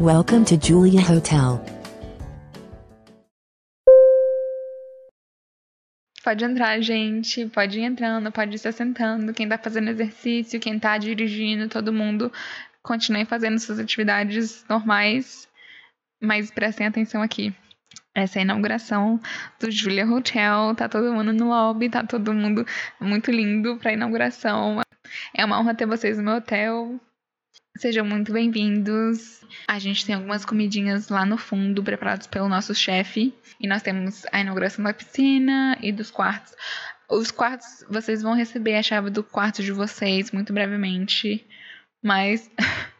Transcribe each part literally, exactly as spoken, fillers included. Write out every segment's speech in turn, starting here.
Welcome to Julia Hotel. Pode entrar, gente. Pode ir entrando, pode ir se assentando. Quem tá fazendo exercício, quem tá dirigindo, todo mundo continue fazendo suas atividades normais. Mas prestem atenção aqui. Essa é a inauguração do Julia Hotel. Tá todo mundo no lobby, tá todo mundo muito lindo pra inauguração. É uma honra ter vocês no meu hotel. Sejam muito bem-vindos. A gente tem algumas comidinhas lá no fundo, preparadas pelo nosso chefe. E nós temos a inauguração da piscina e dos quartos. Os quartos, vocês vão receber a chave do quarto de vocês muito brevemente. Mas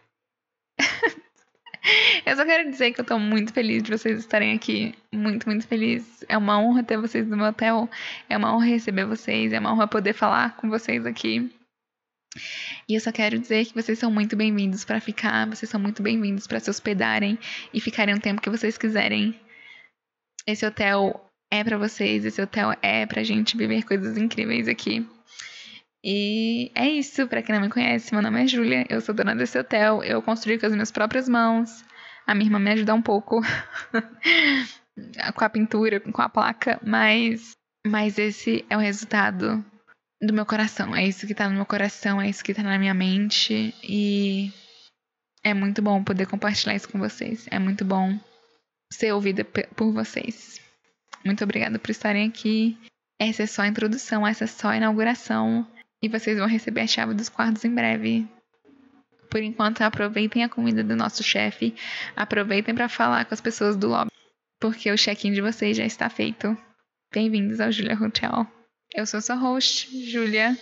eu só quero dizer que eu tô muito feliz de vocês estarem aqui. Muito, muito feliz. É uma honra ter vocês no meu hotel. É uma honra receber vocês. É uma honra poder falar com vocês aqui. E eu só quero dizer que vocês são muito bem-vindos pra ficar. Vocês são muito bem-vindos pra se hospedarem e ficarem o tempo que vocês quiserem. Esse hotel é pra vocês. Esse hotel é pra gente viver coisas incríveis aqui. E é isso. Pra quem não me conhece, meu nome é Júlia. Eu sou dona desse hotel. Eu construí com as minhas próprias mãos. A minha irmã me ajuda um pouco com a pintura, com a placa. Mas, mas esse é o resultado do meu coração. É isso que tá no meu coração. É isso que tá na minha mente. E é muito bom poder compartilhar isso com vocês. É muito bom ser ouvida por vocês. Muito obrigada por estarem aqui. Essa é só a introdução. Essa é só a inauguração. E vocês vão receber a chave dos quartos em breve. Por enquanto, aproveitem a comida do nosso chefe. Aproveitem para falar com as pessoas do lobby. Porque o check-in de vocês já está feito. Bem-vindos ao Julia Hotel. Eu sou sua host, Julia.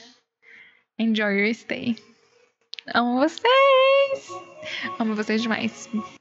Enjoy your stay. Amo vocês! Amo vocês demais.